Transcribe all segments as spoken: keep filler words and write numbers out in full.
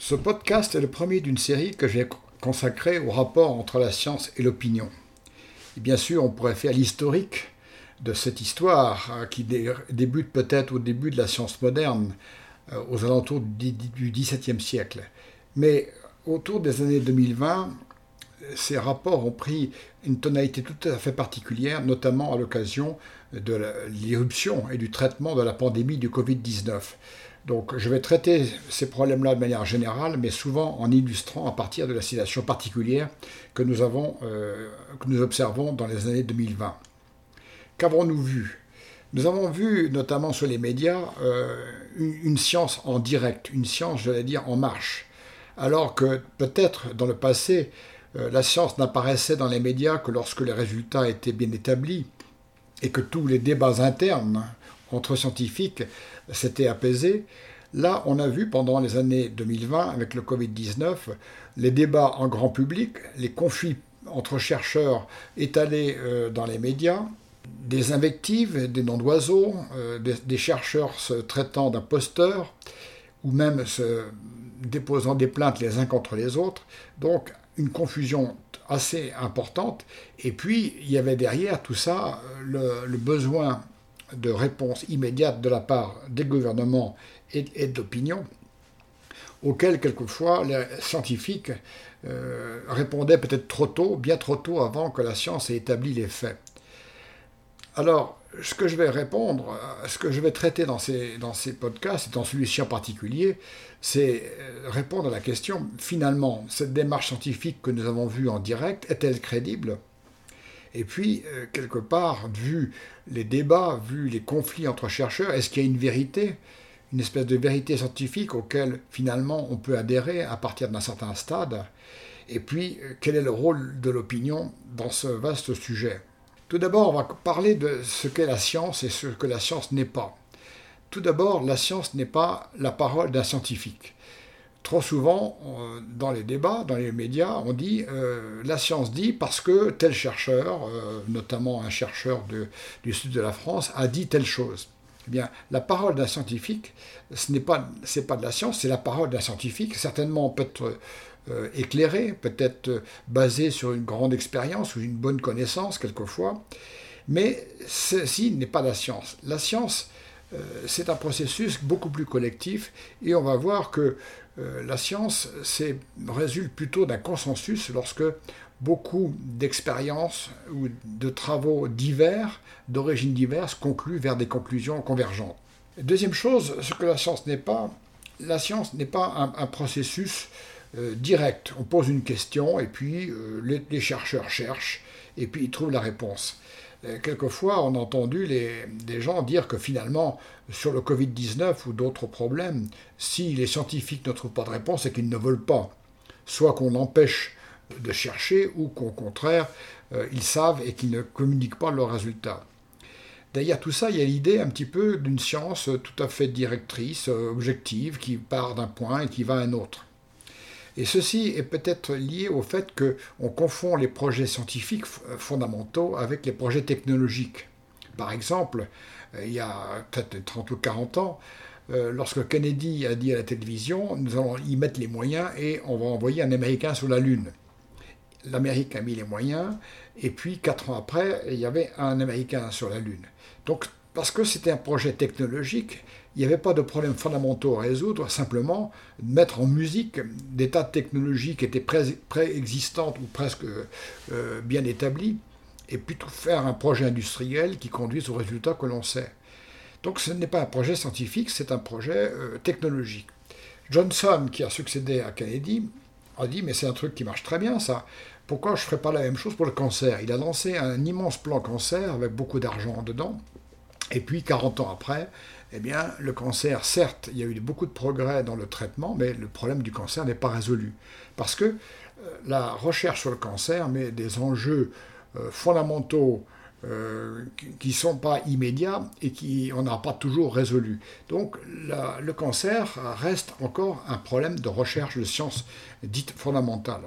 Ce podcast est le premier d'une série que j'ai consacrée au rapport entre la science et l'opinion. Et bien sûr, on pourrait faire l'historique de cette histoire qui débute peut-être au début de la science moderne, aux alentours du dix-septième siècle. Mais autour des années deux mille vingt, ces rapports ont pris une tonalité tout à fait particulière, notamment à l'occasion de l'irruption et du traitement de la pandémie du covid dix-neuf. Donc je vais traiter ces problèmes-là de manière générale, mais souvent en illustrant à partir de la situation particulière que nous, avons, euh, que nous observons dans les années deux mille vingt. Qu'avons-nous vu ? Nous avons vu, notamment sur les médias, euh, une, une science en direct, une science, je vais dire, en marche. Alors que peut-être dans le passé, euh, la science n'apparaissait dans les médias que lorsque les résultats étaient bien établis et que tous les débats internes entre scientifiques s'étaient apaisés. Là, on a vu pendant les années deux mille vingt, avec le covid dix-neuf, les débats en grand public, les conflits entre chercheurs étalés euh, dans les médias, des invectives, des noms d'oiseaux, euh, des, des chercheurs se traitant d'imposteurs, ou même se déposant des plaintes les uns contre les autres. Donc, une confusion assez importante. Et puis, il y avait derrière tout ça le, le besoin de réponse immédiate de la part des gouvernements et, et de l'opinion, auxquels quelquefois les scientifiques euh, répondaient peut-être trop tôt, bien trop tôt avant que la science ait établi les faits. Alors, ce que je vais répondre, ce que je vais traiter dans ces, dans ces podcasts, et dans celui-ci en particulier, c'est répondre à la question, finalement, cette démarche scientifique que nous avons vue en direct, est-elle crédible ? Et puis, euh, quelque part, vu les débats, vu les conflits entre chercheurs, est-ce qu'il y a une vérité, une espèce de vérité scientifique auquel, finalement, on peut adhérer à partir d'un certain stade ? Et puis, euh, quel est le rôle de l'opinion dans ce vaste sujet ? Tout d'abord, on va parler de ce qu'est la science et ce que la science n'est pas. Tout d'abord, la science n'est pas la parole d'un scientifique. Trop souvent, dans les débats, dans les médias, on dit euh, « la science dit parce que tel chercheur, euh, notamment un chercheur de, du sud de la France, a dit telle chose ». Eh bien, la parole d'un scientifique, ce n'est pas, c'est pas de la science, c'est la parole d'un scientifique, certainement peut-être euh, éclairée, peut-être euh, basée sur une grande expérience ou une bonne connaissance quelquefois, mais ceci n'est pas la science. La science, euh, c'est un processus beaucoup plus collectif, et on va voir que Euh, la science c'est, résulte plutôt d'un consensus lorsque beaucoup d'expériences ou de travaux divers, d'origines diverses, concluent vers des conclusions convergentes. Deuxième chose, ce que la science n'est pas, la science n'est pas un, un processus euh, direct. On pose une question et puis euh, les, les chercheurs cherchent et puis ils trouvent la réponse. Quelquefois, on a entendu les, des gens dire que finalement, sur le covid dix-neuf ou d'autres problèmes, si les scientifiques ne trouvent pas de réponse, c'est qu'ils ne veulent pas. Soit qu'on empêche de chercher, ou qu'au contraire, euh, ils savent et qu'ils ne communiquent pas leurs résultats. Derrière tout ça, il y a l'idée un petit peu d'une science tout à fait directrice, objective, qui part d'un point et qui va à un autre. Et ceci est peut-être lié au fait qu'on confond les projets scientifiques fondamentaux avec les projets technologiques. Par exemple, il y a peut-être trente ou quarante ans, lorsque Kennedy a dit à la télévision « nous allons y mettre les moyens et on va envoyer un Américain sur la Lune ». L'Amérique a mis les moyens, et puis quatre ans après, il y avait un Américain sur la Lune. Donc, parce que c'était un projet technologique, il n'y avait pas de problèmes fondamentaux à résoudre, simplement mettre en musique des tas de technologies qui étaient pré- préexistantes ou presque euh, bien établies, et puis tout faire un projet industriel qui conduise aux résultats que l'on sait. Donc ce n'est pas un projet scientifique, c'est un projet euh, technologique. Johnson, qui a succédé à Kennedy, a dit « mais c'est un truc qui marche très bien ça, pourquoi je ne ferais pas la même chose pour le cancer ?» Il a lancé un immense plan cancer avec beaucoup d'argent dedans, et puis quarante ans après, eh bien, le cancer, certes, il y a eu beaucoup de progrès dans le traitement, mais le problème du cancer n'est pas résolu. Parce que euh, la recherche sur le cancer met des enjeux euh, fondamentaux euh, qui ne sont pas immédiats et qu'on n'a pas toujours résolus. Donc, la, le cancer reste encore un problème de recherche de sciences dites fondamentales.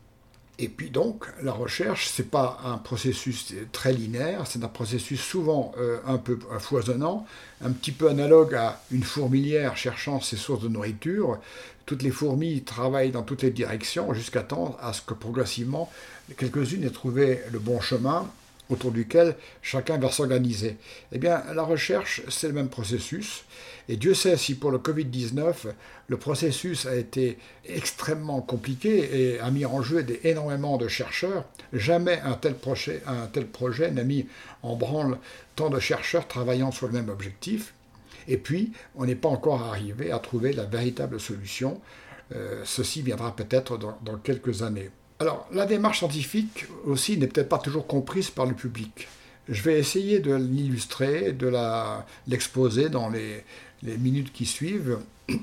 Et puis donc, la recherche, ce n'est pas un processus très linéaire, c'est un processus souvent euh, un peu foisonnant, un petit peu analogue à une fourmilière cherchant ses sources de nourriture. toutes les fourmis travaillent dans toutes les directions jusqu'à temps à ce que progressivement quelques-unes aient trouvé le bon chemin autour duquel chacun va s'organiser. Eh bien, la recherche, c'est le même processus. Et Dieu sait si pour le covid dix-neuf, le processus a été extrêmement compliqué et a mis en jeu des, énormément de chercheurs. Jamais un tel projet, un tel projet n'a mis en branle tant de chercheurs travaillant sur le même objectif. Et puis, on n'est pas encore arrivé à trouver la véritable solution. Euh, ceci viendra peut-être dans, dans quelques années. Alors, la démarche scientifique aussi n'est peut-être pas toujours comprise par le public. Je vais essayer de l'illustrer, de la, l'exposer dans les, les minutes qui suivent.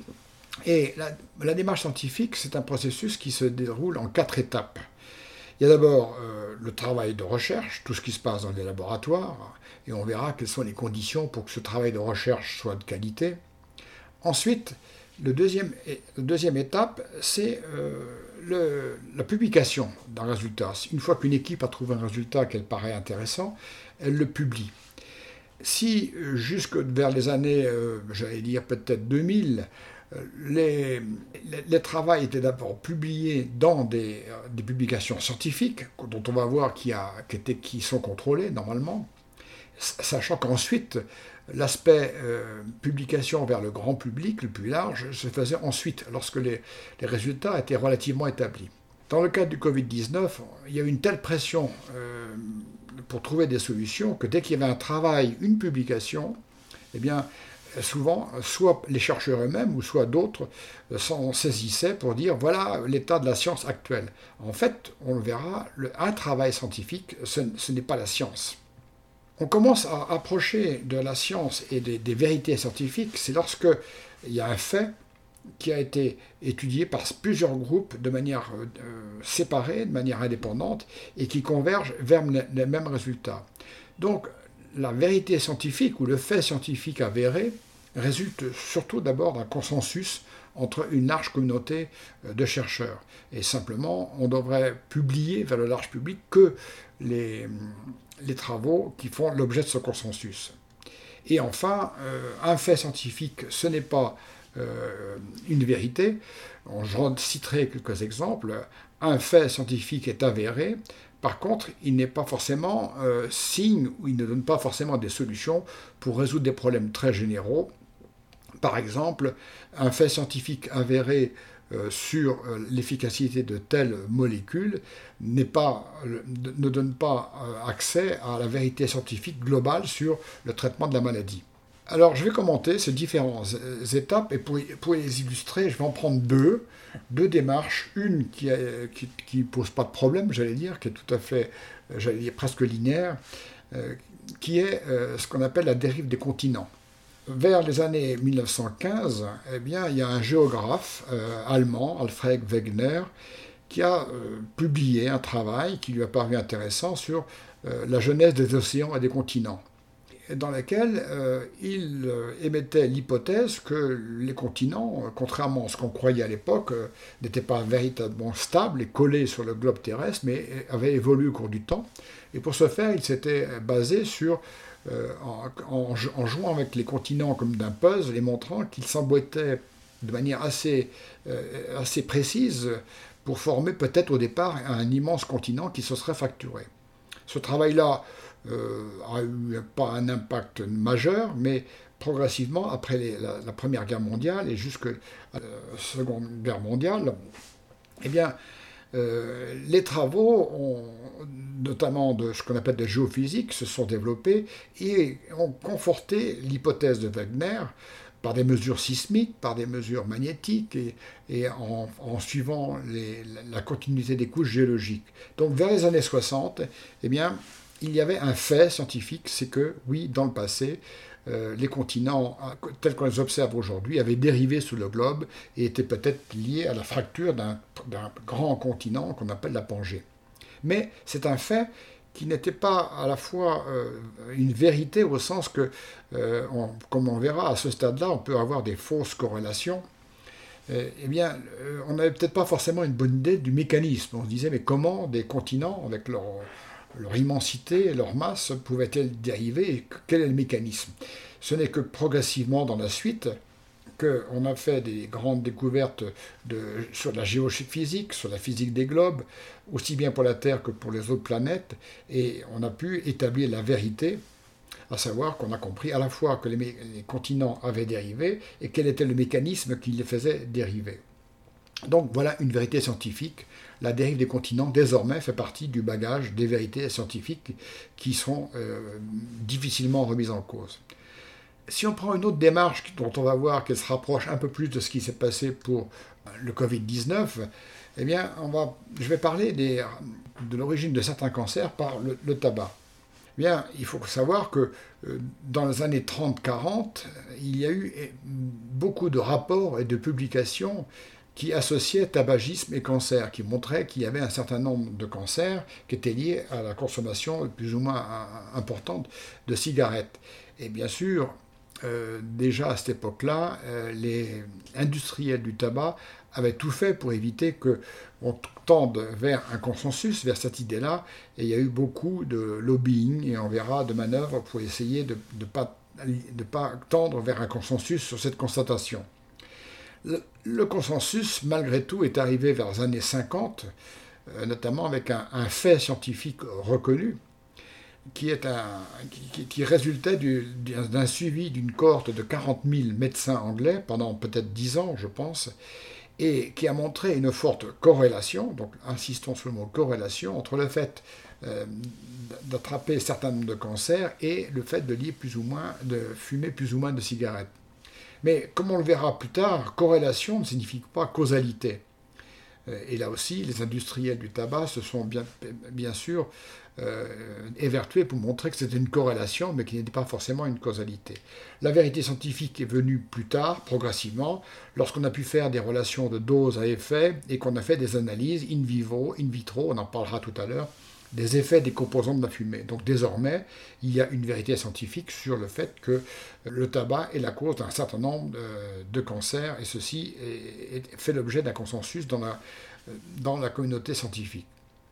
Et la, la démarche scientifique, c'est un processus qui se déroule en quatre étapes. Il y a d'abord euh, le travail de recherche, tout ce qui se passe dans les laboratoires, et on verra quelles sont les conditions pour que ce travail de recherche soit de qualité. Ensuite, le deuxième, la deuxième étape, c'est euh, le, la publication d'un résultat. Une fois qu'une équipe a trouvé un résultat qu'elle paraît intéressant, elle le publie. Si jusque vers les années, euh, j'allais dire peut-être deux mille, les, les, les travaux étaient d'abord publiés dans des, des publications scientifiques, dont on va voir qui, a, qui, étaient, qui sont contrôlées normalement, sachant qu'ensuite, l'aspect euh, publication vers le grand public, le plus large, se faisait ensuite, lorsque les, les résultats étaient relativement établis. Dans le cadre du covid dix-neuf, il y a eu une telle pression euh, pour trouver des solutions que dès qu'il y avait un travail, une publication, eh bien, souvent, soit les chercheurs eux-mêmes ou soit d'autres s'en saisissaient pour dire voilà l'état de la science actuelle. En fait, on le verra, le, un travail scientifique, ce, ce n'est pas la science. On commence à approcher de la science et des, des vérités scientifiques, c'est lorsque il y a un fait qui a été étudié par plusieurs groupes de manière euh, séparée, de manière indépendante, et qui convergent vers les mêmes résultats. Donc, la vérité scientifique ou le fait scientifique avéré résulte surtout d'abord d'un consensus entre une large communauté de chercheurs. Et simplement, on devrait publier vers le large public que les, les travaux qui font l'objet de ce consensus. Et enfin, euh, un fait scientifique, ce n'est pas euh, une vérité. J'en citerai quelques exemples. Un fait scientifique est avéré. Par contre, il n'est pas forcément euh, signe ou il ne donne pas forcément des solutions pour résoudre des problèmes très généraux. Par exemple, un fait scientifique avéré euh, sur euh, l'efficacité de telle molécule n'est pas, euh, ne donne pas euh, accès à la vérité scientifique globale sur le traitement de la maladie. Alors, je vais commenter ces différentes étapes et pour, pour les illustrer, je vais en prendre deux. Deux démarches, une qui ne qui, qui pose pas de problème, j'allais dire, qui est tout à fait, j'allais dire, presque linéaire, euh, qui est euh, ce qu'on appelle la dérive des continents. Vers les années mille neuf cent quinze, eh bien, il y a un géographe euh, allemand, Alfred Wegener, qui a euh, publié un travail qui lui a paru intéressant sur euh, la genèse des océans et des continents, dans laquelle euh, il euh, émettait l'hypothèse que les continents, euh, contrairement à ce qu'on croyait à l'époque, euh, n'étaient pas véritablement stables et collés sur le globe terrestre, mais avaient évolué au cours du temps. Et pour ce faire, il s'était basé sur, euh, en, en, en jouant avec les continents comme d'un puzzle et montrant qu'ils s'emboîtaient de manière assez, euh, assez précise pour former peut-être au départ un immense continent qui se serait fracturé. Ce travail-là Euh, a eu pas un impact majeur, mais progressivement, après les, la, la Première Guerre mondiale et jusqu'à la Seconde Guerre mondiale, eh bien, euh, les travaux, ont, notamment de ce qu'on appelle de géophysique, se sont développés et ont conforté l'hypothèse de Wegener par des mesures sismiques, par des mesures magnétiques et, et en, en suivant les, la continuité des couches géologiques. Donc vers les années soixante, eh bien, il y avait un fait scientifique, c'est que, oui, dans le passé, euh, les continents, tels qu'on les observe aujourd'hui, avaient dérivé sous le globe et étaient peut-être liés à la fracture d'un, d'un grand continent qu'on appelle la Pangée. Mais c'est un fait qui n'était pas à la fois euh, une vérité au sens que, euh, on, comme on verra, à ce stade-là, on peut avoir des fausses corrélations. Euh, eh bien, euh, on n'avait peut-être pas forcément une bonne idée du mécanisme. On se disait, mais comment des continents, avec leur... leur immensité et leur masse pouvaient-elles dériver et quel est le mécanisme? Ce n'est que progressivement dans la suite qu'on a fait des grandes découvertes de, sur la géophysique, sur la physique des globes, aussi bien pour la Terre que pour les autres planètes, et on a pu établir la vérité, à savoir qu'on a compris à la fois que les, les continents avaient dérivé et quel était le mécanisme qui les faisait dériver. Donc voilà une vérité scientifique. La dérive des continents, désormais, fait partie du bagage des vérités scientifiques qui sont euh, difficilement remises en cause. Si on prend une autre démarche dont on va voir qu'elle se rapproche un peu plus de ce qui s'est passé pour le covid dix-neuf, eh bien, on va, je vais parler des, de l'origine de certains cancers par le, le tabac. Eh bien, il faut savoir que euh, dans les années trente quarante, il y a eu beaucoup de rapports et de publications qui associaient tabagisme et cancer, qui montraient qu'il y avait un certain nombre de cancers qui étaient liés à la consommation plus ou moins importante de cigarettes. Et bien sûr, euh, déjà à cette époque-là, euh, les industriels du tabac avaient tout fait pour éviter qu'on tende vers un consensus, vers cette idée-là, et il y a eu beaucoup de lobbying, et on verra de manœuvres pour essayer de ne pas, de pas tendre vers un consensus sur cette constatation. Le, le consensus, malgré tout, est arrivé vers les années cinquante, euh, notamment avec un, un fait scientifique reconnu, qui, est un, qui, qui résultait du, d'un suivi d'une cohorte de quarante mille médecins anglais pendant peut-être dix ans, je pense, et qui a montré une forte corrélation, donc insistons sur le mot corrélation, entre le fait euh, d'attraper un certain nombre de cancers et le fait de, lier plus ou moins, de fumer plus ou moins de cigarettes. Mais comme on le verra plus tard, corrélation ne signifie pas causalité. Et là aussi, les industriels du tabac se sont bien, bien sûr euh, évertués pour montrer que c'était une corrélation, mais qui n'était pas forcément une causalité. La vérité scientifique est venue plus tard, progressivement, lorsqu'on a pu faire des relations de dose à effet et qu'on a fait des analyses in vivo, in vitro, on en parlera tout à l'heure, des effets des composants de la fumée. Donc désormais, il y a une vérité scientifique sur le fait que le tabac est la cause d'un certain nombre de, de cancers, et ceci est, est, fait l'objet d'un consensus dans la, dans la communauté scientifique.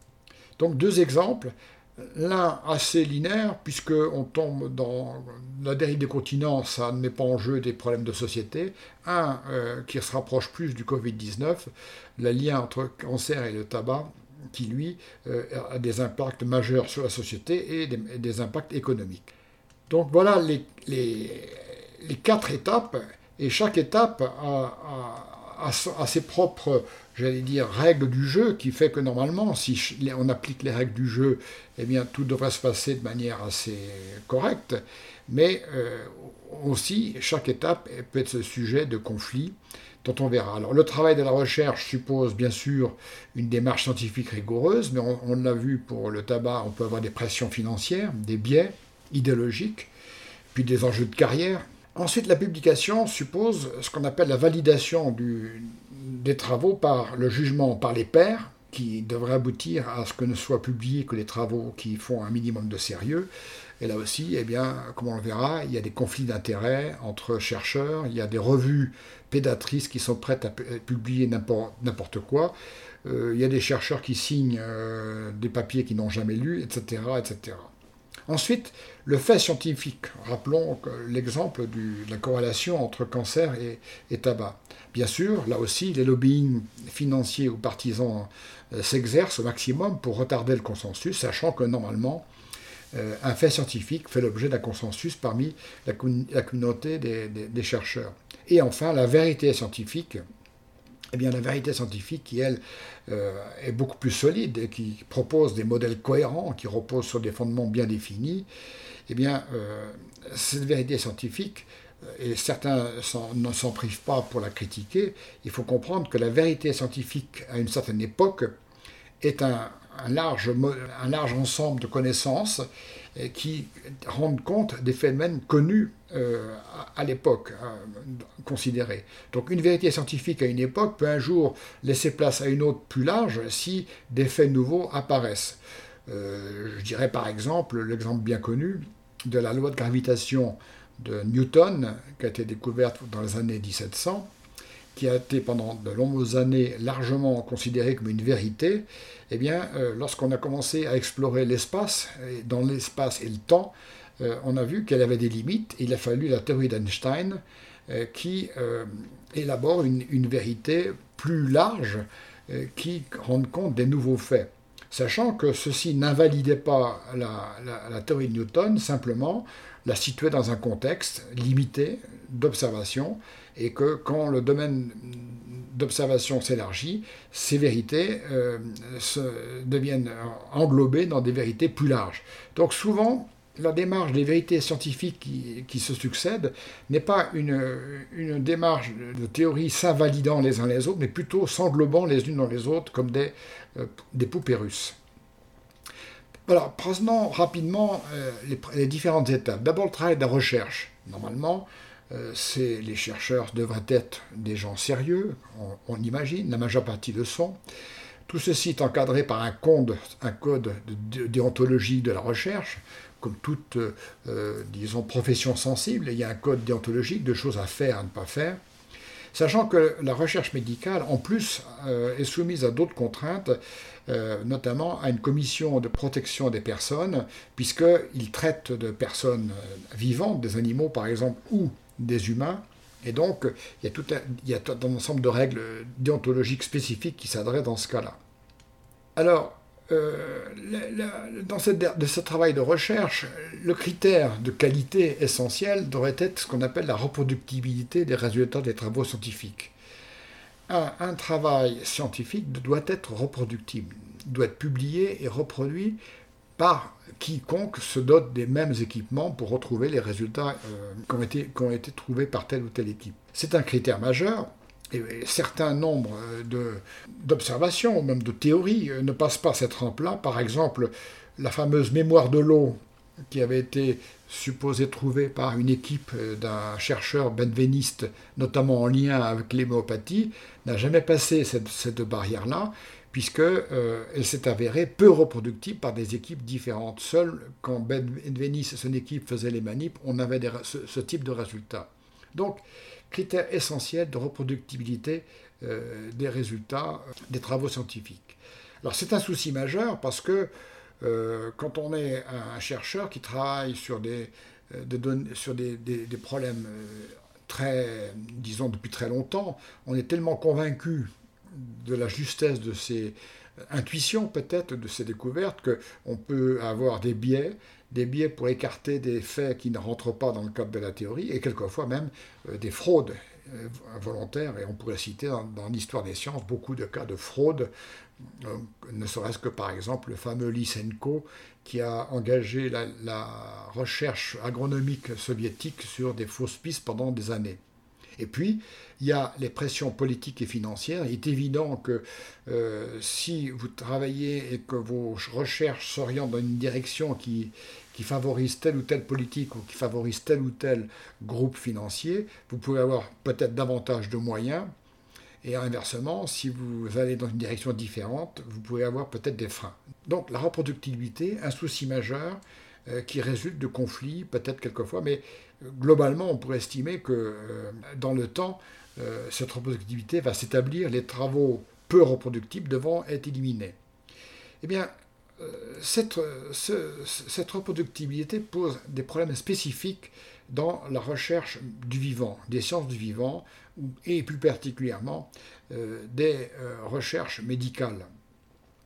Donc deux exemples, l'un assez linéaire, puisqu'on tombe dans la dérive des continents, ça ne met pas en jeu des problèmes de société, un euh, qui se rapproche plus du covid dix-neuf, le lien entre le cancer et le tabac, qui, lui, euh, a des impacts majeurs sur la société et des, et des impacts économiques. Donc voilà les, les, les quatre étapes, et chaque étape a, a, a, a ses propres, j'allais dire, règles du jeu, qui fait que normalement, si on applique les règles du jeu, eh bien, tout devrait se passer de manière assez correcte, mais euh, aussi, chaque étape peut être sujet de conflits, dont on verra. Alors, le travail de la recherche suppose bien sûr une démarche scientifique rigoureuse, mais on, on l'a vu pour le tabac, on peut avoir des pressions financières, des biais idéologiques, puis des enjeux de carrière. Ensuite, la publication suppose ce qu'on appelle la validation du, des travaux par le jugement par les pairs, qui devrait aboutir à ce que ne soient publiés que les travaux qui font un minimum de sérieux. Et là aussi, eh bien, comme on le verra, il y a des conflits d'intérêts entre chercheurs, il y a des revues pédatrices qui sont prêtes à publier n'importe, n'importe quoi, euh, il y a des chercheurs qui signent euh, des papiers qu'ils n'ont jamais lus, et cetera, et cetera. Ensuite, le fait scientifique. Rappelons l'exemple du, de la corrélation entre cancer et, et tabac. Bien sûr, là aussi, les lobbying financiers ou partisans euh, s'exercent au maximum pour retarder le consensus, sachant que normalement, euh, un fait scientifique fait l'objet d'un consensus parmi la, la communauté des, des, des chercheurs. Et enfin, la vérité scientifique. Eh bien, la vérité scientifique, qui, elle, euh, est beaucoup plus solide et qui propose des modèles cohérents, qui reposent sur des fondements bien définis, eh bien, euh, cette vérité scientifique, et certains ne s'en privent pas pour la critiquer, il faut comprendre que la vérité scientifique, à une certaine époque, est un, un, large, un large ensemble de connaissances qui rendent compte des phénomènes connus euh, à, à l'époque euh, considérés. Donc une vérité scientifique à une époque peut un jour laisser place à une autre plus large si des faits nouveaux apparaissent. Euh, je dirais par exemple l'exemple bien connu de la loi de gravitation de Newton, qui a été découverte dans les années dix-sept cents, qui a été pendant de longues années largement considérée comme une vérité. Eh bien, euh, lorsqu'on a commencé à explorer l'espace, et dans l'espace et le temps, euh, on a vu qu'elle avait des limites. Il a fallu la théorie d'Einstein euh, qui euh, élaborent une, une vérité plus large euh, qui rende compte des nouveaux faits. Sachant que ceci n'invalidait pas la, la, la théorie de Newton, simplement la situait dans un contexte limité d'observation, et que quand le domaine d'observation s'élargit, ces vérités euh, se, deviennent englobées dans des vérités plus larges. Donc souvent, la démarche des vérités scientifiques qui, qui se succèdent n'est pas une, une démarche de théories s'invalidant les uns les autres, mais plutôt s'englobant les unes dans les autres comme des, euh, des poupées russes. Alors, prenons rapidement euh, les, les différentes étapes. D'abord, le travail de la recherche. Normalement, euh, c'est, les chercheurs devraient être des gens sérieux, on, on imagine, la majeure partie le sont. Tout ceci est encadré par un code, un code de, de déontologie de la recherche. Comme toute, euh, disons, profession sensible, il y a un code déontologique de choses à faire, à ne pas faire. Sachant que la recherche médicale, en plus, euh, est soumise à d'autres contraintes, euh, notamment à une commission de protection des personnes, puisqu'il traite de personnes vivantes, des animaux par exemple, ou des humains. Et donc, il y a tout un, il y a tout un ensemble de règles déontologiques spécifiques qui s'adressent dans ce cas-là. Alors, euh, la, la, dans cette, de ce travail de recherche, le critère de qualité essentiel devrait être ce qu'on appelle la reproductibilité des résultats des travaux scientifiques. Un, un travail scientifique doit être reproductible, doit être publié et reproduit par quiconque se dote des mêmes équipements pour retrouver les résultats euh, qui, ont été, qui ont été trouvés par telle ou telle équipe. C'est un critère majeur. Et certains nombres de, d'observations, ou même de théories, ne passent pas cette rampe-là. Par exemple, la fameuse mémoire de l'eau, qui avait été supposée trouvée par une équipe d'un chercheur benveniste, notamment en lien avec l'héméopathie, n'a jamais passé cette, cette barrière-là, puisqu'elle euh, s'est avérée peu reproductible par des équipes différentes. Seul quand Benveniste et son équipe faisaient les manips, on avait des, ce, ce type de résultats. Donc, critère essentiel de reproductibilité euh, des résultats euh, des travaux scientifiques. Alors c'est un souci majeur parce que euh, quand on est un chercheur qui travaille sur des, euh, des, données, sur des, des, des problèmes euh, très, disons depuis très longtemps, on est tellement convaincu de la justesse de ses intuitions peut-être, de ses découvertes, qu'on peut avoir des biais, des biais pour écarter des faits qui ne rentrent pas dans le cadre de la théorie, et quelquefois même euh, des fraudes euh, volontaires, et on pourrait citer dans, dans l'histoire des sciences beaucoup de cas de fraude, euh, ne serait-ce que par exemple le fameux Lysenko qui a engagé la, la recherche agronomique soviétique sur des fausses pistes pendant des années. Et puis, il y a les pressions politiques et financières. Il est évident que euh, si vous travaillez et que vos recherches s'orientent dans une direction qui, qui favorise telle ou telle politique ou qui favorise tel ou tel groupe financier, vous pouvez avoir peut-être davantage de moyens. Et inversement, si vous allez dans une direction différente, vous pouvez avoir peut-être des freins. Donc la reproductibilité, un souci majeur euh, qui résulte de conflits, peut-être quelquefois, mais globalement, on pourrait estimer que euh, dans le temps, euh, cette reproductibilité va s'établir, les travaux peu reproductibles devront être éliminés. Eh bien, euh, cette, ce, cette reproductibilité pose des problèmes spécifiques dans la recherche du vivant, des sciences du vivant, et plus particulièrement euh, des euh, recherches médicales. Pourquoi ?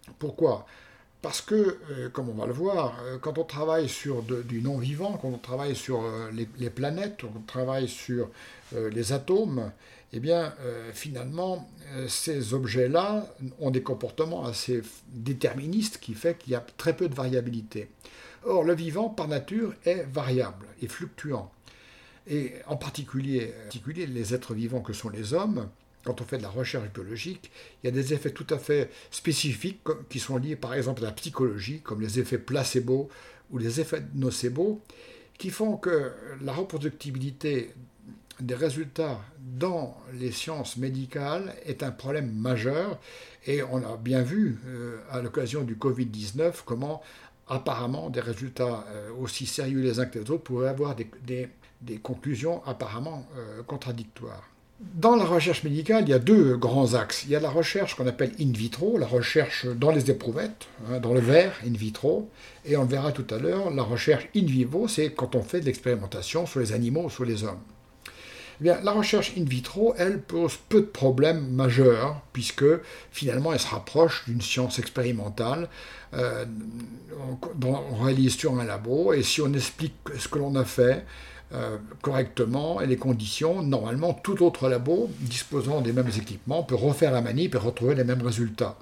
Parce que, euh, comme on va le voir, euh, quand on travaille sur de, du non-vivant, quand on travaille sur euh, les, les planètes, quand on travaille sur euh, les atomes, eh bien, euh, finalement, euh, ces objets-là ont des comportements assez déterministes qui fait qu'il y a très peu de variabilité. Or, le vivant, par nature, est variable et fluctuant. Et en particulier, en particulier les êtres vivants que sont les hommes, quand on fait de la recherche biologique, il y a des effets tout à fait spécifiques qui sont liés par exemple à la psychologie, comme les effets placebo ou les effets nocebo, qui font que la reproductibilité des résultats dans les sciences médicales est un problème majeur. Et on a bien vu euh, à l'occasion du covid dix-neuf comment apparemment des résultats euh, aussi sérieux les uns que les autres pourraient avoir des, des, des conclusions apparemment euh, contradictoires. Dans la recherche médicale, il y a deux grands axes. Il y a la recherche qu'on appelle in vitro, la recherche dans les éprouvettes, hein, dans le verre, in vitro, et on le verra tout à l'heure, la recherche in vivo, c'est quand on fait de l'expérimentation sur les animaux ou sur les hommes. Eh bien, la recherche in vitro, elle, pose peu de problèmes majeurs, puisque finalement, elle se rapproche d'une science expérimentale. Euh, on, on réalise sur un labo, et si on explique ce que l'on a fait euh, correctement et les conditions, normalement, tout autre labo, disposant des mêmes équipements, peut refaire la manip et retrouver les mêmes résultats.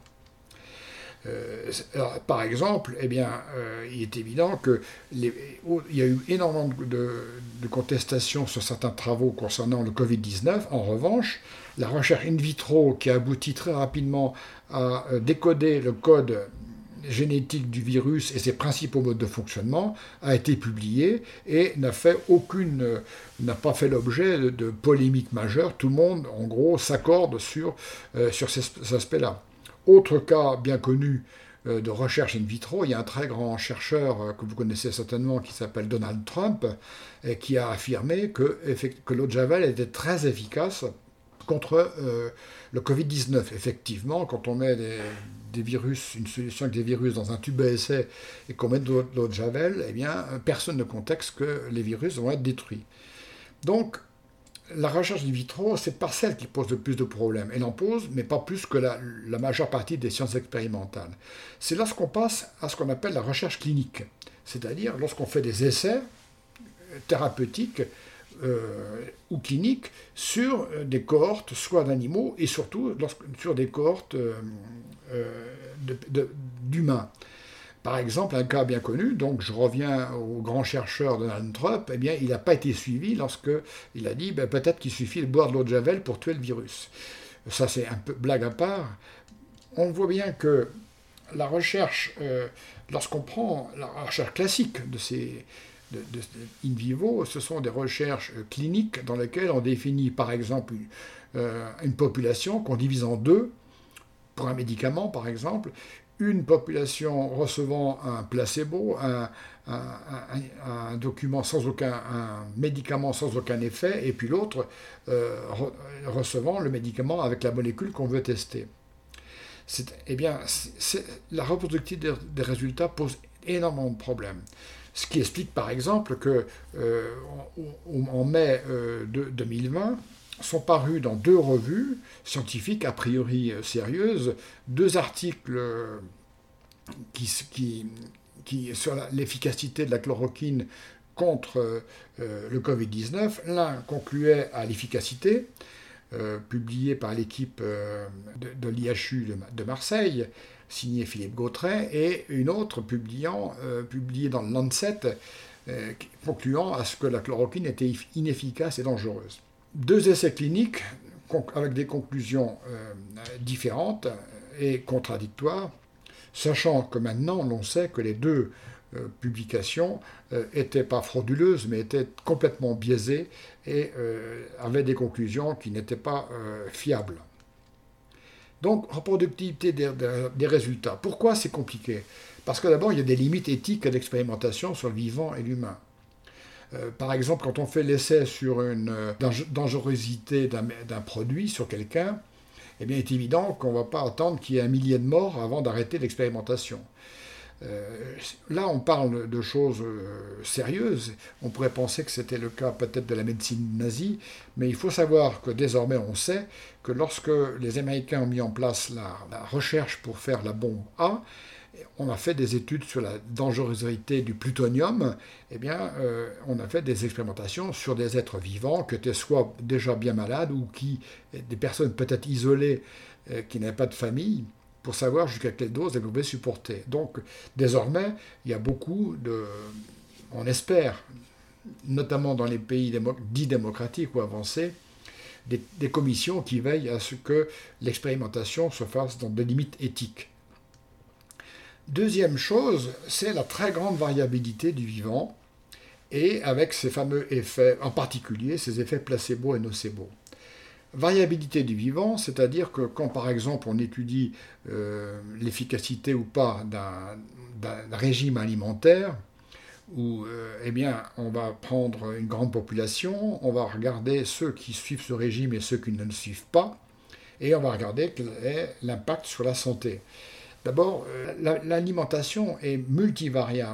Euh, alors, par exemple, eh bien, euh, il est évident qu'il y a eu énormément de, de contestations sur certains travaux concernant le covid dix-neuf. En revanche, la recherche in vitro qui a abouti très rapidement à décoder le code génétique du virus et ses principaux modes de fonctionnement a été publiée et n'a fait aucune, n'a pas fait l'objet de, de polémiques majeures. Tout le monde, en gros, s'accorde sur, euh, sur ces, ces aspects-là. Autre cas bien connu de recherche in vitro, il y a un très grand chercheur que vous connaissez certainement qui s'appelle Donald Trump et qui a affirmé que, que l'eau de Javel était très efficace contre euh, le covid dix-neuf. Effectivement, quand on met des, des virus, une solution avec des virus dans un tube à essai et qu'on met de l'eau de Javel, eh bien, personne ne conteste que les virus vont être détruits. Donc, la recherche in vitro, c'est par celle qui pose le plus de problèmes. Elle en pose, mais pas plus que la, la majeure partie des sciences expérimentales. C'est lorsqu'on passe à ce qu'on appelle la recherche clinique, c'est-à-dire lorsqu'on fait des essais thérapeutiques euh, ou cliniques sur des cohortes, soit d'animaux, et surtout sur des cohortes euh, euh, de, de, d'humains. Par exemple, un cas bien connu, donc je reviens au grand chercheur Donald Trump, eh bien, il n'a pas été suivi lorsqu'il a dit ben, peut-être qu'il suffit de boire de l'eau de Javel pour tuer le virus. Ça, c'est un peu blague à part. On voit bien que la recherche, euh, lorsqu'on prend la recherche classique de ces de, de, de in vivo, ce sont des recherches cliniques dans lesquelles on définit, par exemple, une, euh, une population qu'on divise en deux, pour un médicament, par exemple, une population recevant un placebo, un, un, un, un document sans aucun, un médicament sans aucun effet, et puis l'autre euh, re, recevant le médicament avec la molécule qu'on veut tester. C'est, eh bien, c'est, la reproductivité des, des résultats pose énormément de problèmes. Ce qui explique par exemple que euh, en mai euh, de deux mille vingt, sont parus dans deux revues scientifiques a priori sérieuses, deux articles qui, qui, qui sur la, l'efficacité de la chloroquine contre euh, le covid dix-neuf. L'un concluait à l'efficacité, euh, publié par l'équipe euh, de, de l'I H U de, de Marseille, signé Philippe Gautret, et une autre publiant, euh, publiée dans le Lancet, euh, concluant à ce que la chloroquine était inefficace et dangereuse. Deux essais cliniques avec des conclusions euh, différentes et contradictoires, sachant que maintenant l'on sait que les deux euh, publications n'étaient euh, pas frauduleuses, mais étaient complètement biaisées et euh, avaient des conclusions qui n'étaient pas euh, fiables. Donc, reproductivité des, des, des résultats. Pourquoi c'est compliqué ? Parce que d'abord, il y a des limites éthiques à l'expérimentation sur le vivant et l'humain. Euh, par exemple, quand on fait l'essai sur une euh, dangerosité d'un, d'un produit sur quelqu'un, eh bien, il est évident qu'on ne va pas attendre qu'il y ait un millier de morts avant d'arrêter l'expérimentation. Euh, là, on parle de choses euh, sérieuses. On pourrait penser que c'était le cas peut-être de la médecine nazie, mais il faut savoir que désormais, on sait que lorsque les Américains ont mis en place la, la recherche pour faire la bombe A, on a fait des études sur la dangerosité du plutonium, eh bien, euh, on a fait des expérimentations sur des êtres vivants qui étaient soit déjà bien malades ou qui, des personnes peut-être isolées euh, qui n'avaient pas de famille, pour savoir jusqu'à quelle dose elles pouvaient supporter. Donc, désormais, il y a beaucoup de, on espère, notamment dans les pays démo- dits démocratiques ou avancés, des, des commissions qui veillent à ce que l'expérimentation se fasse dans des limites éthiques. Deuxième chose, c'est la très grande variabilité du vivant, et avec ces fameux effets, en particulier ces effets placebo et nocebo. Variabilité du vivant, c'est-à-dire que quand par exemple on étudie euh, l'efficacité ou pas d'un, d'un régime alimentaire, où euh, eh bien, on va prendre une grande population, on va regarder ceux qui suivent ce régime et ceux qui ne le suivent pas, et on va regarder quel est l'impact sur la santé. D'abord, euh, l'alimentation est multivariable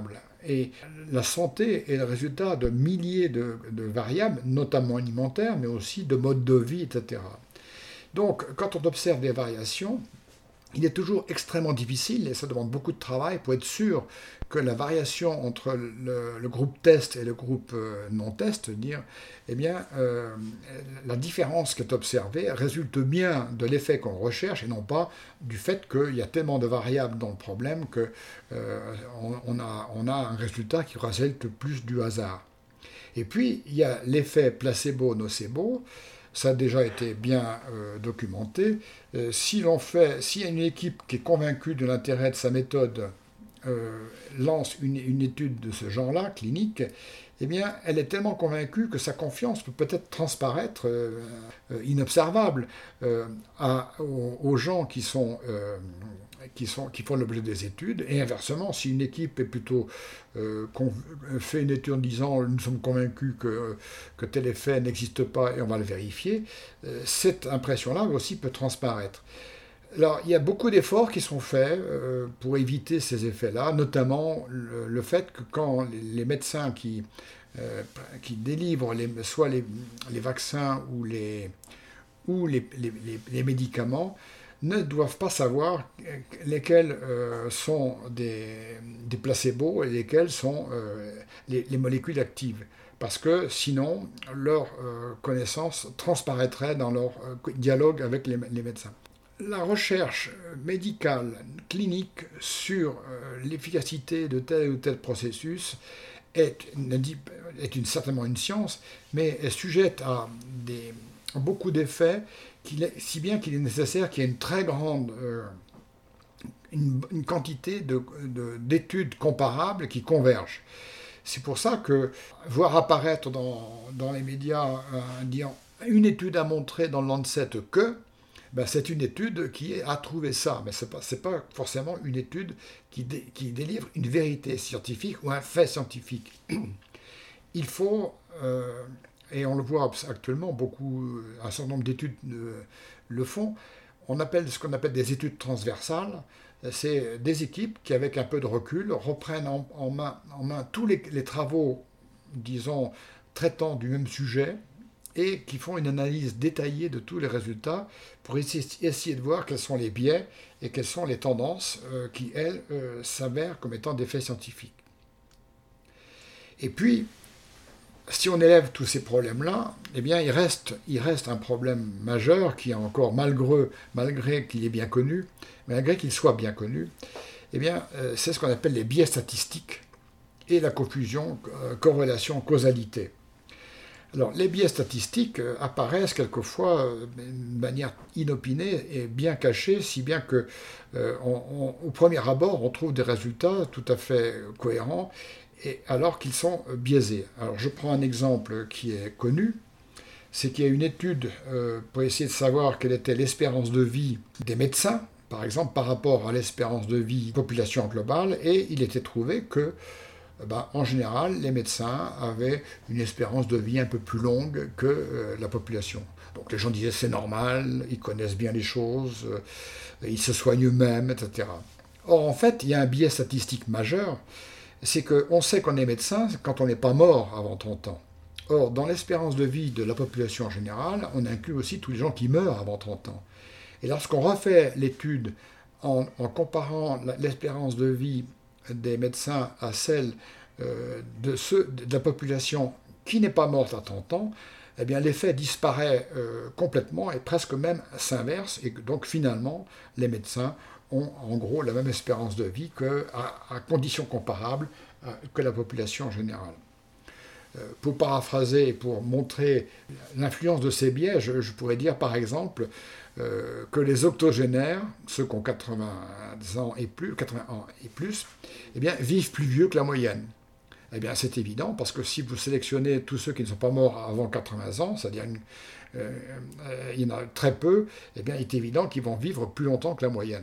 Et la santé est le résultat de milliers de, de variables, notamment alimentaires, mais aussi de mode de vie, et cetera. Donc, quand on observe des variations, il est toujours extrêmement difficile, et ça demande beaucoup de travail, pour être sûr que la variation entre le, le groupe test et le groupe euh, non-test, dire, eh bien, euh, la différence qui est observée résulte bien de l'effet qu'on recherche et non pas du fait qu'il y a tellement de variables dans le problème qu'on euh, on a, on a un résultat qui résulte plus du hasard. Et puis, il y a l'effet placebo-nocebo. Ça a déjà été bien euh, documenté. Euh, si l'on fait, s'il y a une équipe qui est convaincue de l'intérêt de sa méthode, euh, lance une, une étude de ce genre-là, clinique, eh bien, elle est tellement convaincue que sa confiance peut peut-être transparaître euh, euh, inobservable euh, à, aux, aux gens qui sont euh, Qui, sont, qui font l'objet des études, et inversement, si une équipe est plutôt euh, fait une étude en disant nous sommes convaincus que, que tel effet n'existe pas et on va le vérifier, euh, cette impression-là aussi peut transparaître. Alors, il y a beaucoup d'efforts qui sont faits euh, pour éviter ces effets-là, notamment le, le fait que quand les, les médecins qui, euh, qui délivrent les, soit les, les vaccins ou les, ou les, les, les, les médicaments, ne doivent pas savoir lesquels euh, sont des, des placebos et lesquels sont euh, les, les molécules actives. Parce que sinon, leur euh, connaissance transparaîtrait dans leur euh, dialogue avec les, les médecins. La recherche médicale, clinique, sur euh, l'efficacité de tel ou tel processus est, est une, certainement une science, mais est sujette à des, beaucoup d'effets, si bien qu'il est nécessaire qu'il y ait une très grande euh, une, une quantité de, de, d'études comparables qui convergent. C'est pour ça que voir apparaître dans, dans les médias euh, disant une étude a montré dans le Lancet que, ben c'est une étude qui a trouvé ça, mais ce n'est pas, c'est pas forcément une étude qui, dé, qui délivre une vérité scientifique ou un fait scientifique. Il faut... Euh, et on le voit actuellement, beaucoup, un certain nombre d'études euh, le font, on appelle ce qu'on appelle des études transversales. C'est des équipes qui, avec un peu de recul, reprennent en, en, main, en main tous les, les travaux, disons, traitant du même sujet, et qui font une analyse détaillée de tous les résultats pour essayer, essayer de voir quels sont les biais et quelles sont les tendances euh, qui, elles, euh, s'avèrent comme étant des faits scientifiques. Et puis, si on élève tous ces problèmes-là, eh bien, il reste, il reste un problème majeur qui est encore, malgré, malgré qu'il est bien connu, malgré qu'il soit bien connu, eh bien, euh, c'est ce qu'on appelle les biais statistiques et la confusion euh, corrélation-causalité. Alors, les biais statistiques euh, apparaissent quelquefois euh, d'une manière inopinée et bien cachée, si bien que, euh, on, on, au premier abord, on trouve des résultats tout à fait cohérents, et alors qu'ils sont biaisés. Alors je prends un exemple qui est connu, c'est qu'il y a une étude euh, pour essayer de savoir quelle était l'espérance de vie des médecins, par exemple par rapport à l'espérance de vie population globale, et il était trouvé que, ben, en général, les médecins avaient une espérance de vie un peu plus longue que euh, la population. Donc les gens disaient c'est normal, ils connaissent bien les choses, euh, ils se soignent eux-mêmes, et cetera. Or en fait, il y a un biais statistique majeur, c'est qu'on sait qu'on est médecin quand on n'est pas mort avant trente ans. Or, dans l'espérance de vie de la population en général, on inclut aussi tous les gens qui meurent avant trente ans. Et lorsqu'on refait l'étude en, en comparant l'espérance de vie des médecins à celle euh, de, ceux, de la population qui n'est pas morte à trente ans, eh bien l'effet disparaît euh, complètement et presque même s'inverse, et donc finalement, les médecins ont en gros la même espérance de vie que, à, à conditions comparables euh, que la population générale. Euh, pour paraphraser et pour montrer l'influence de ces biais, je, je pourrais dire par exemple euh, que les octogénaires, ceux qui ont quatre-vingts ans et plus, quatre-vingts ans et plus, eh bien, vivent plus vieux que la moyenne. Eh bien, c'est évident, parce que si vous sélectionnez tous ceux qui ne sont pas morts avant quatre-vingts ans, c'est-à-dire une, euh, euh, il y en a très peu, eh bien, il est évident qu'ils vont vivre plus longtemps que la moyenne.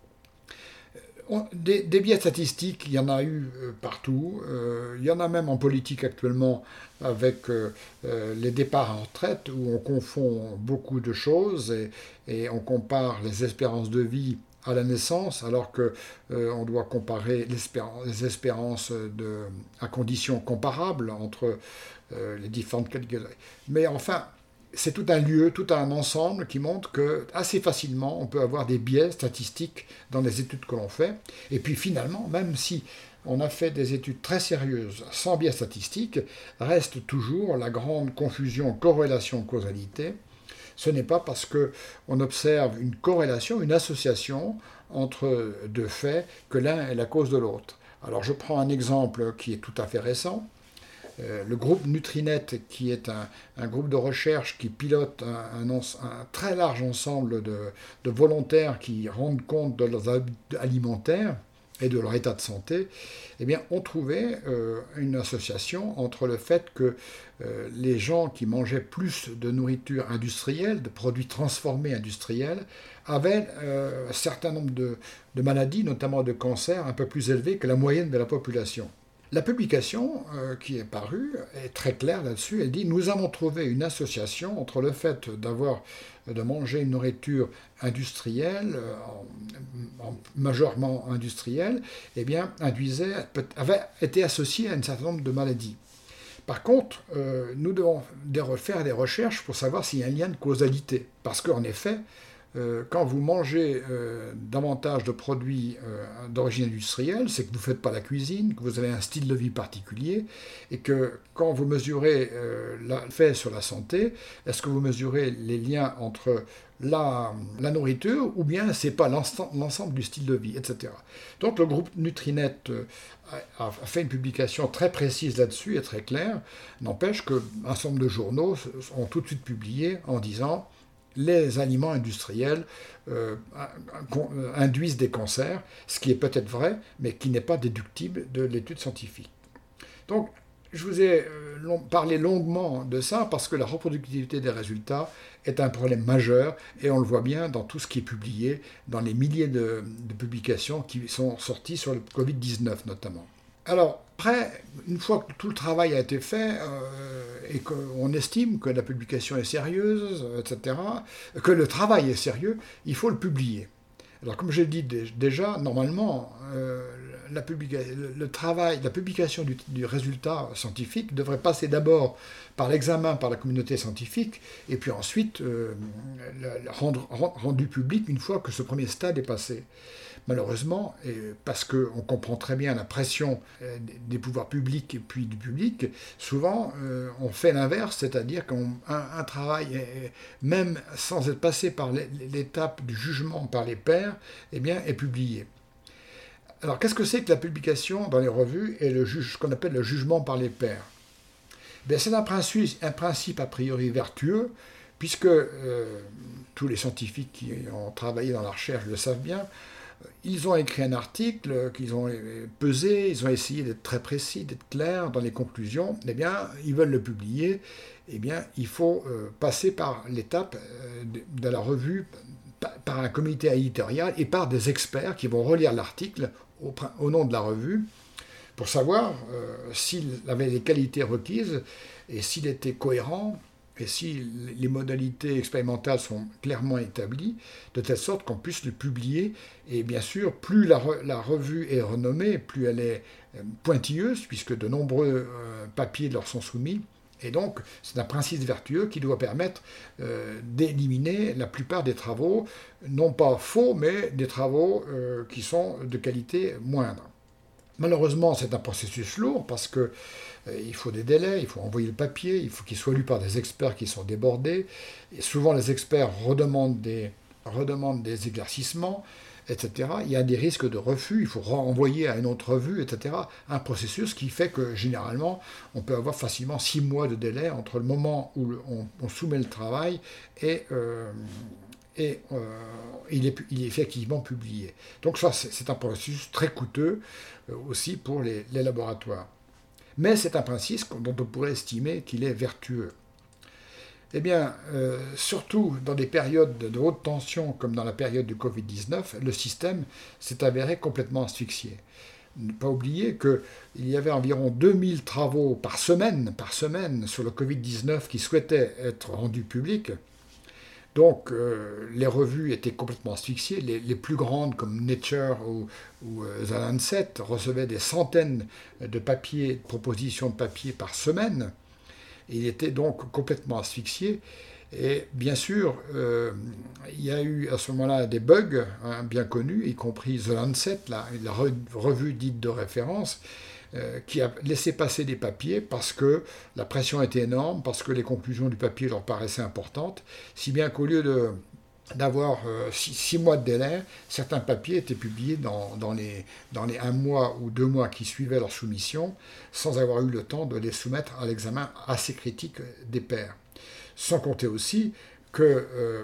Des, des biais statistiques, il y en a eu euh, partout. Euh, il y en a même en politique actuellement avec euh, euh, les départs en retraite où on confond beaucoup de choses et, et on compare les espérances de vie à la naissance, alors qu'on euh, doit comparer les espérances de, à conditions comparables entre euh, les différentes catégories. Mais enfin, c'est tout un lieu, tout un ensemble qui montre que assez facilement on peut avoir des biais statistiques dans les études que l'on fait. Et puis finalement, même si on a fait des études très sérieuses sans biais statistiques, reste toujours la grande confusion corrélation-causalité. Ce n'est pas parce qu'on observe une corrélation, une association entre deux faits que l'un est la cause de l'autre. Alors je prends un exemple qui est tout à fait récent. Euh, le groupe Nutrinet, qui est un, un groupe de recherche qui pilote un, un, un très large ensemble de, de volontaires qui rendent compte de leurs habitudes alimentaires et de leur état de santé, eh bien, on trouvait euh, une association entre le fait que euh, les gens qui mangeaient plus de nourriture industrielle, de produits transformés industriels, avaient euh, un certain nombre de, de maladies, notamment de cancers, un peu plus élevés que la moyenne de la population. La publication euh, qui est parue est très claire là-dessus. Elle dit « Nous avons trouvé une association entre le fait d'avoir de manger une nourriture industrielle, euh, en, en, majorement industrielle, eh bien, induisait, avait été associée à un certain nombre de maladies. Par contre, euh, nous devons faire des recherches pour savoir s'il y a un lien de causalité. Parce qu'en effet, Euh, quand vous mangez euh, davantage de produits euh, d'origine industrielle, c'est que vous ne faites pas la cuisine, que vous avez un style de vie particulier, et que quand vous mesurez euh, l'effet sur la santé, est-ce que vous mesurez les liens entre la, la nourriture, ou bien c'est pas l'ensemble du style de vie, et cetera. Donc le groupe Nutrinet euh, a, a fait une publication très précise là-dessus et très claire, n'empêche qu'un certain nombre de journaux ont tout de suite publié en disant les aliments industriels euh, induisent des cancers, ce qui est peut-être vrai, mais qui n'est pas déductible de l'étude scientifique. Donc, je vous ai long, parlé longuement de ça parce que la reproductivité des résultats est un problème majeur et on le voit bien dans tout ce qui est publié, dans les milliers de, de publications qui sont sorties sur le covid dix-neuf notamment. Alors, après, une fois que tout le travail a été fait euh, et qu'on estime que la publication est sérieuse, et cetera, que le travail est sérieux, il faut le publier. Alors, comme je l'ai dit déjà, normalement, euh, la, publica- le travail, la publication du, du résultat scientifique devrait passer d'abord par l'examen par la communauté scientifique et puis ensuite euh, le, le rendre, rendu public une fois que ce premier stade est passé. Malheureusement, et parce qu'on comprend très bien la pression des pouvoirs publics et puis du public, souvent euh, on fait l'inverse, c'est-à-dire qu'un un travail, est, même sans être passé par l'étape du jugement par les pairs, eh bien, est publié. Alors qu'est-ce que c'est que la publication dans les revues et le juge, ce qu'on appelle le jugement par les pairs? Ben, c'est un principe, un principe a priori vertueux, puisque euh, tous les scientifiques qui ont travaillé dans la recherche le savent bien. Ils ont écrit un article qu'ils ont pesé, ils ont essayé d'être très précis, d'être clairs dans les conclusions. Eh bien, ils veulent le publier. Eh bien, il faut euh, passer par l'étape euh, de, de la revue, par un comité éditorial et par des experts qui vont relire l'article au, au nom de la revue pour savoir euh, s'il avait les qualités requises et s'il était cohérent et si les modalités expérimentales sont clairement établies, de telle sorte qu'on puisse le publier. Et bien sûr, plus la, re, la revue est renommée, plus elle est pointilleuse, puisque de nombreux euh, papiers leur sont soumis. Et donc, c'est un principe vertueux qui doit permettre euh, d'éliminer la plupart des travaux, non pas faux, mais des travaux euh, qui sont de qualité moindre. Malheureusement, c'est un processus lourd parce que euh, il faut des délais, il faut envoyer le papier, il faut qu'il soit lu par des experts qui sont débordés. Et souvent, les experts redemandent des, redemandent des éclaircissements, et cetera. Il y a des risques de refus, il faut renvoyer à une autre revue, et cetera. Un processus qui fait que, généralement, on peut avoir facilement six mois de délai entre le moment où on, on soumet le travail et... Euh, et euh, il, est, il est effectivement publié. Donc ça, c'est, c'est un processus très coûteux euh, aussi pour les, les laboratoires. Mais c'est un principe dont on pourrait estimer qu'il est vertueux. Eh bien, euh, surtout dans des périodes de haute tension, comme dans la période du covid dix-neuf, le système s'est avéré complètement asphyxié. Ne pas oublier qu'il y avait environ deux mille travaux par semaine, par semaine sur le covid dix-neuf qui souhaitaient être rendus publics. Donc euh, les revues étaient complètement asphyxiées. Les, les plus grandes comme Nature ou, ou euh, The Lancet recevaient des centaines de papiers, de propositions de papier par semaine. Et il était donc complètement asphyxié. Et bien sûr, euh, il y a eu à ce moment-là des bugs hein, bien connus, y compris The Lancet, la, la revue dite de référence, euh, qui a laissé passer des papiers parce que la pression était énorme, parce que les conclusions du papier leur paraissaient importantes, si bien qu'au lieu de, d'avoir euh, six, six mois de délai, certains papiers étaient publiés dans, dans, les, dans les un mois ou deux mois qui suivaient leur soumission, sans avoir eu le temps de les soumettre à l'examen assez critique des pairs. Sans compter aussi que euh,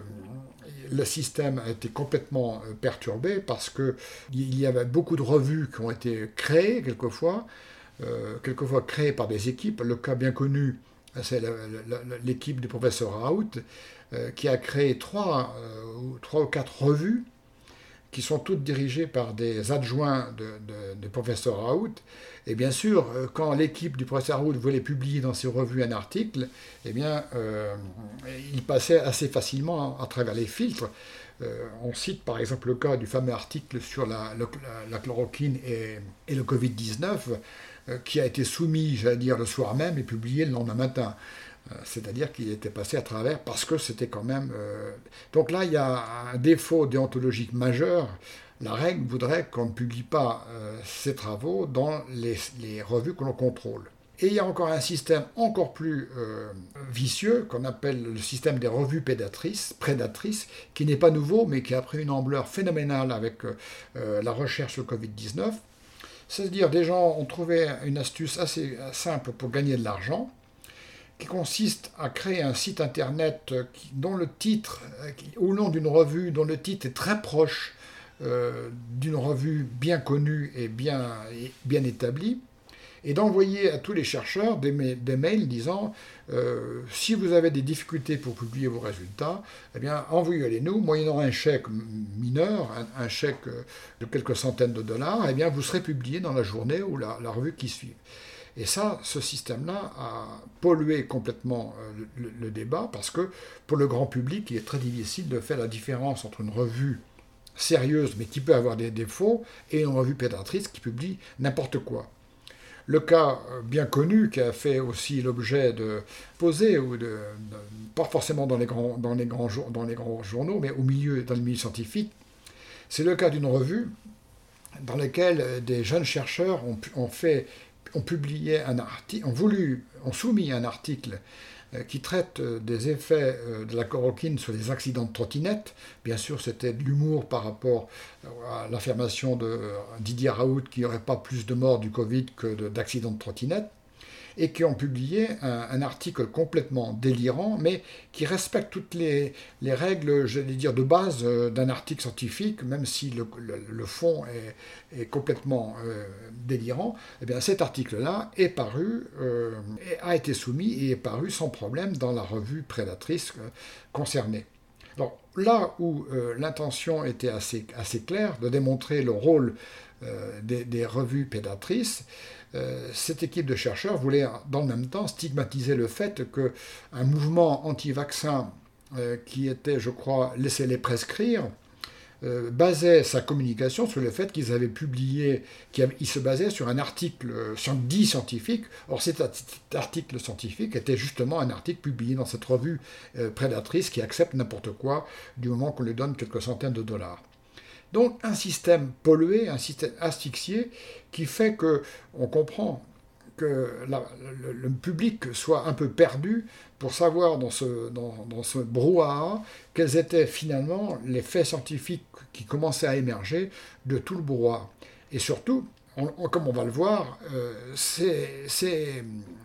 le système a été complètement perturbé parce qu'il y avait beaucoup de revues qui ont été créées quelquefois, euh, quelquefois créées par des équipes. Le cas bien connu, c'est l'équipe du professeur Raoult, euh, qui a créé trois, euh, trois ou quatre revues qui sont toutes dirigées par des adjoints de, de, de professeur Raoult. Et bien sûr, quand l'équipe du professeur Raoult voulait publier dans ses revues un article, eh bien, euh, il passait assez facilement à, à travers les filtres. Euh, on cite par exemple le cas du fameux article sur la, la, la chloroquine et, et le covid dix-neuf, euh, qui a été soumis, j'allais dire, le soir même et publié le lendemain matin. C'est-à-dire qu'il était passé à travers parce que c'était quand même... Euh... Donc là, il y a un défaut déontologique majeur. La règle voudrait qu'on ne publie pas euh, ces travaux dans les, les revues que l'on contrôle. Et il y a encore un système encore plus euh, vicieux qu'on appelle le système des revues prédatrices, prédatrices, qui n'est pas nouveau, mais qui a pris une ampleur phénoménale avec euh, la recherche sur le covid dix-neuf. C'est-à-dire des gens ont trouvé une astuce assez simple pour gagner de l'argent, qui consiste à créer un site internet qui, dont le titre, au nom d'une revue dont le titre est très proche euh, d'une revue bien connue et bien, et bien établie, et d'envoyer à tous les chercheurs des, ma- des mails disant euh, si vous avez des difficultés pour publier vos résultats, eh bien envoyez-les-nous, moyennant un chèque mineur, un, un chèque de quelques centaines de dollars, eh bien vous serez publié dans la journée ou la, la revue qui suit. Et ça, ce système-là a pollué complètement le, le, le débat parce que pour le grand public, il est très difficile de faire la différence entre une revue sérieuse mais qui peut avoir des défauts et une revue pédatrice qui publie n'importe quoi. Le cas bien connu qui a fait aussi l'objet de poser, ou de, de, pas forcément dans les, grands, dans, les grands, dans les grands journaux, mais au milieu, dans le milieu scientifique, c'est le cas d'une revue dans laquelle des jeunes chercheurs ont, ont fait ont publié un article, ont voulu, ont soumis un article qui traite des effets de la chloroquine sur les accidents de trottinette. Bien sûr, c'était de l'humour par rapport à l'affirmation de Didier Raoult qu'il n'y aurait pas plus de morts du Covid que de, d'accidents de trottinette, et qui ont publié un, un article complètement délirant, mais qui respecte toutes les, les règles, j'allais dire, de base d'un article scientifique, même si le, le, le fond est, est complètement euh, délirant. Eh bien, cet article-là est paru, euh, a été soumis et est paru sans problème dans la revue prédatrice euh, concernée. Donc, là où euh, l'intention était assez, assez claire, de démontrer le rôle euh, des, des revues prédatrices, Euh, cette équipe de chercheurs voulait dans le même temps stigmatiser le fait qu'un mouvement anti-vaccin euh, qui était, je crois, laissez-les prescrire, euh, basait sa communication sur le fait qu'ils avaient publié, qu'ils se basaient sur un article dit scientifique. Or, cet article scientifique était justement un article publié dans cette revue euh, prédatrice qui accepte n'importe quoi du moment qu'on lui donne quelques centaines de dollars. Donc un système pollué, un système asphyxié, qui fait qu'on comprend que la, le, le public soit un peu perdu pour savoir dans ce, dans, dans ce brouhaha quels étaient finalement les faits scientifiques qui commençaient à émerger de tout le brouhaha. Et surtout, on, on, comme on va le voir, euh, c'est, c'est,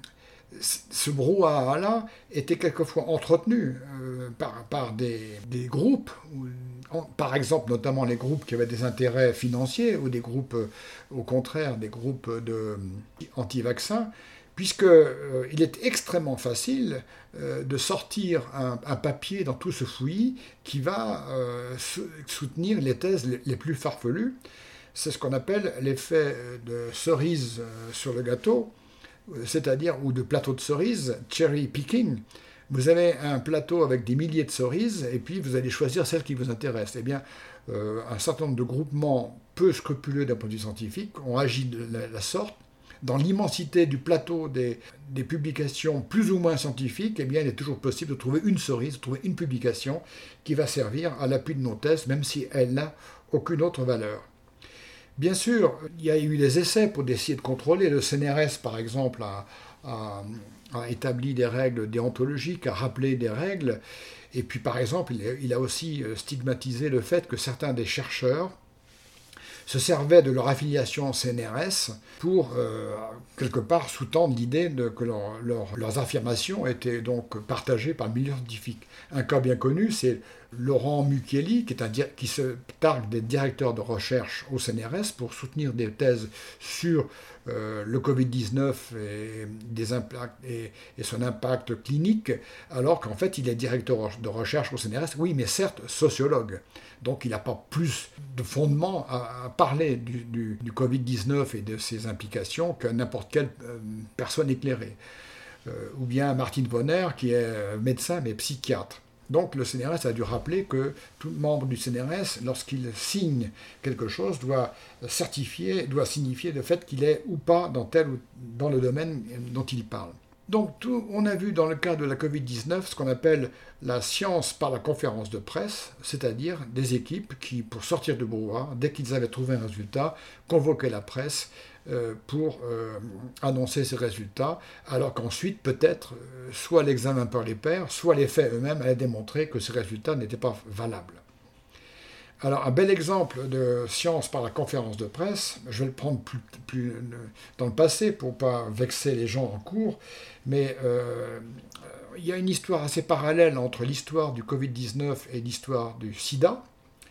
ce brouhaha-là était quelquefois entretenu euh, par, par des, des groupes, par exemple notamment les groupes qui avaient des intérêts financiers ou des groupes, euh, au contraire, des groupes de anti-vaccins, puisqu'il euh, est extrêmement facile euh, de sortir un, un papier dans tout ce fouillis qui va euh, soutenir les thèses les, les plus farfelues. C'est ce qu'on appelle l'effet de cerise sur le gâteau, c'est-à-dire, ou de plateau de cerises, cherry picking. Vous avez un plateau avec des milliers de cerises, et puis vous allez choisir celle qui vous intéresse. Eh bien, euh, un certain nombre de groupements peu scrupuleux d'un point de vue scientifique ont agi de la, la sorte. Dans l'immensité du plateau des, des publications plus ou moins scientifiques, eh bien, il est toujours possible de trouver une cerise, de trouver une publication qui va servir à l'appui de nos thèses, même si elle n'a aucune autre valeur. Bien sûr, il y a eu des essais pour essayer de contrôler. Le C N R S, par exemple, a, a, a établi des règles déontologiques, a rappelé des règles. Et puis, par exemple, il a, il a aussi stigmatisé le fait que certains des chercheurs se servaient de leur affiliation au C N R S pour, euh, quelque part, sous-tendre l'idée de, que leur, leur, leurs affirmations étaient donc partagées par le milieu scientifique. Un cas bien connu, c'est Laurent Mukieli, qui, est un, qui se targue d'être directeur de recherche au C N R S pour soutenir des thèses sur euh, le covid dix-neuf et, des impacts, et, et son impact clinique, alors qu'en fait, il est directeur de recherche au C N R S, oui, mais certes, sociologue. Donc il n'a pas plus de fondement à, à parler du, du, du covid dix-neuf et de ses implications que n'importe quelle euh, personne éclairée. Euh, ou bien Martine Bonner, qui est médecin mais psychiatre. Donc le C N R S a dû rappeler que tout membre du C N R S, lorsqu'il signe quelque chose, doit certifier, doit signifier le fait qu'il est ou pas dans tel ou dans le domaine dont il parle. Donc tout, on a vu dans le cas de la covid dix-neuf ce qu'on appelle la science par la conférence de presse, c'est-à-dire des équipes qui, pour sortir du brouhaha, dès qu'ils avaient trouvé un résultat, convoquaient la presse euh, pour euh, annoncer ces résultats, alors qu'ensuite, peut-être, euh, soit l'examen par les pairs, soit les faits eux-mêmes allaient démontrer que ces résultats n'étaient pas valables. Alors, un bel exemple de science par la conférence de presse, je vais le prendre plus, plus dans le passé pour ne pas vexer les gens en cours, mais euh, il y a une histoire assez parallèle entre l'histoire du covid dix-neuf et l'histoire du sida.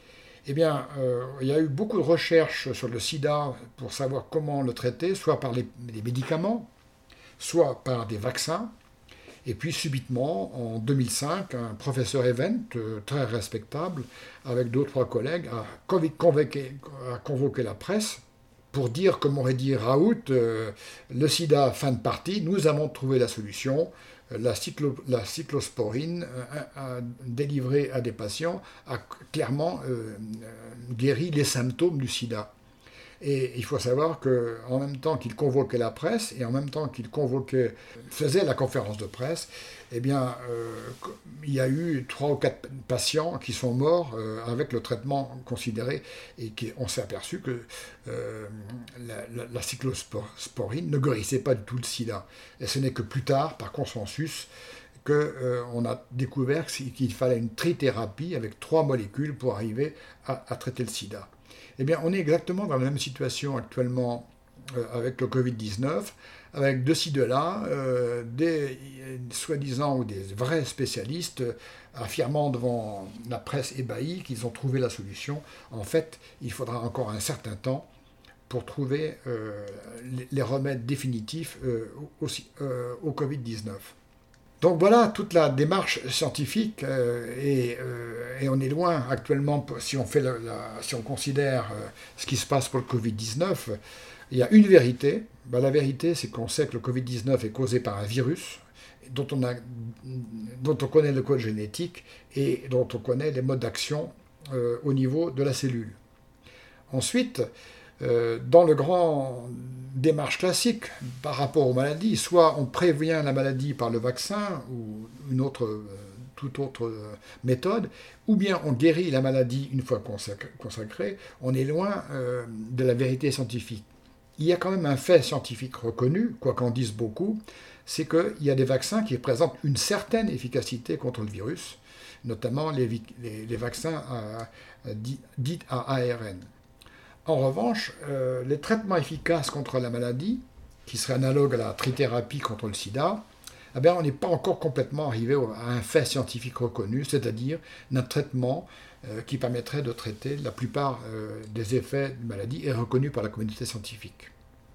Eh bien, euh, il y a eu beaucoup de recherches sur le sida pour savoir comment le traiter, soit par les, les médicaments, soit par des vaccins. Et puis subitement, en deux mille cinq, un professeur Event, euh, très respectable, avec deux ou trois collègues, a convoqué, a convoqué la presse pour dire, comme aurait dit Raoult, euh, le sida, fin de partie, nous avons trouvé la solution, la, cyclo, la cyclosporine euh, délivrée à des patients a clairement euh, guéri les symptômes du sida. Et il faut savoir qu'en même temps qu'il convoquait la presse et en même temps qu'il convoquait, faisait la conférence de presse, eh bien, euh, il y a eu trois ou quatre patients qui sont morts euh, avec le traitement considéré et qui, on s'est aperçu que euh, la, la, la cyclosporine ne guérissait pas du tout le sida. Et ce n'est que plus tard, par consensus, qu'on euh, a découvert qu'il fallait une trithérapie avec trois molécules pour arriver à, à traiter le sida. Eh bien, on est exactement dans la même situation actuellement euh, avec le covid dix-neuf, avec de ci, de là, euh, des soi-disant ou des vrais spécialistes euh, affirmant devant la presse ébahie qu'ils ont trouvé la solution. En fait, il faudra encore un certain temps pour trouver euh, les, les remèdes définitifs euh, au, euh, au covid dix-neuf. Donc voilà toute la démarche scientifique euh, et, euh, et on est loin actuellement, si on, fait la, la, si on considère euh, ce qui se passe pour le covid dix-neuf, il y a une vérité. Ben, la vérité, c'est qu'on sait que le covid dix-neuf est causé par un virus dont on, a, dont on connaît le code génétique et dont on connaît les modes d'action euh, au niveau de la cellule. Ensuite, euh, dans le grand démarche classique par rapport aux maladies, soit on prévient la maladie par le vaccin ou une autre, euh, toute autre euh, méthode, ou bien on guérit la maladie une fois consacrée, on est loin euh, de la vérité scientifique. Il y a quand même un fait scientifique reconnu, quoi qu'en disent beaucoup, c'est qu'il y a des vaccins qui présentent une certaine efficacité contre le virus, notamment les, les, les vaccins à, à, dits à A R N. En revanche, euh, les traitements efficaces contre la maladie, qui seraient analogues à la trithérapie contre le sida, eh bien, on n'est pas encore complètement arrivé à un fait scientifique reconnu, c'est-à-dire un traitement euh, qui permettrait de traiter la plupart euh, des effets de maladie et reconnu par la communauté scientifique.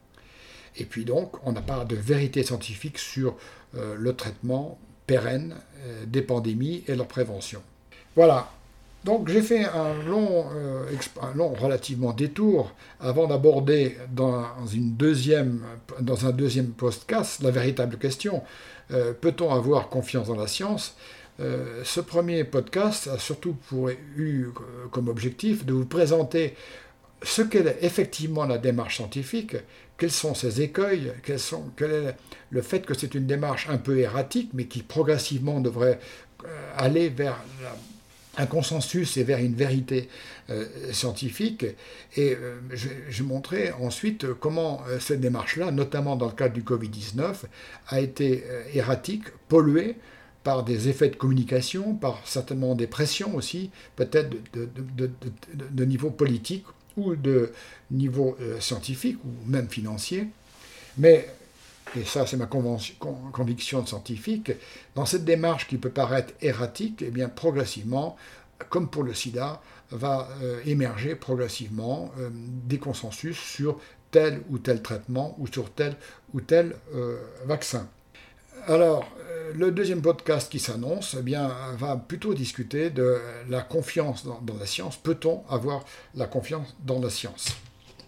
Et puis donc, on n'a pas de vérité scientifique sur euh, le traitement pérenne euh, des pandémies et leur prévention. Voilà. Donc j'ai fait un long, euh, un long relativement détour avant d'aborder dans, une deuxième, dans un deuxième podcast la véritable question. Euh, peut-on avoir confiance dans la science ? euh, Ce premier podcast a surtout pour, eu comme objectif de vous présenter ce qu'est effectivement la démarche scientifique, quels sont ses écueils, quels sont, quel est le fait que c'est une démarche un peu erratique, mais qui progressivement devrait aller vers la, un consensus et vers une vérité euh, scientifique. Et euh, je, je montrerai ensuite comment euh, cette démarche-là, notamment dans le cadre du covid dix-neuf, a été euh, erratique, polluée par des effets de communication, par certainement des pressions aussi, peut-être de, de, de, de, de, de niveau politique ou de niveau euh, scientifique ou même financier. Mais et ça c'est ma conviction scientifique, dans cette démarche qui peut paraître erratique, eh bien progressivement, comme pour le sida, va euh, émerger progressivement euh, des consensus sur tel ou tel traitement ou sur tel ou tel euh, vaccin. Alors, euh, le deuxième podcast qui s'annonce eh bien, va plutôt discuter de la confiance dans, dans la science. Peut-on avoir la confiance dans la science ?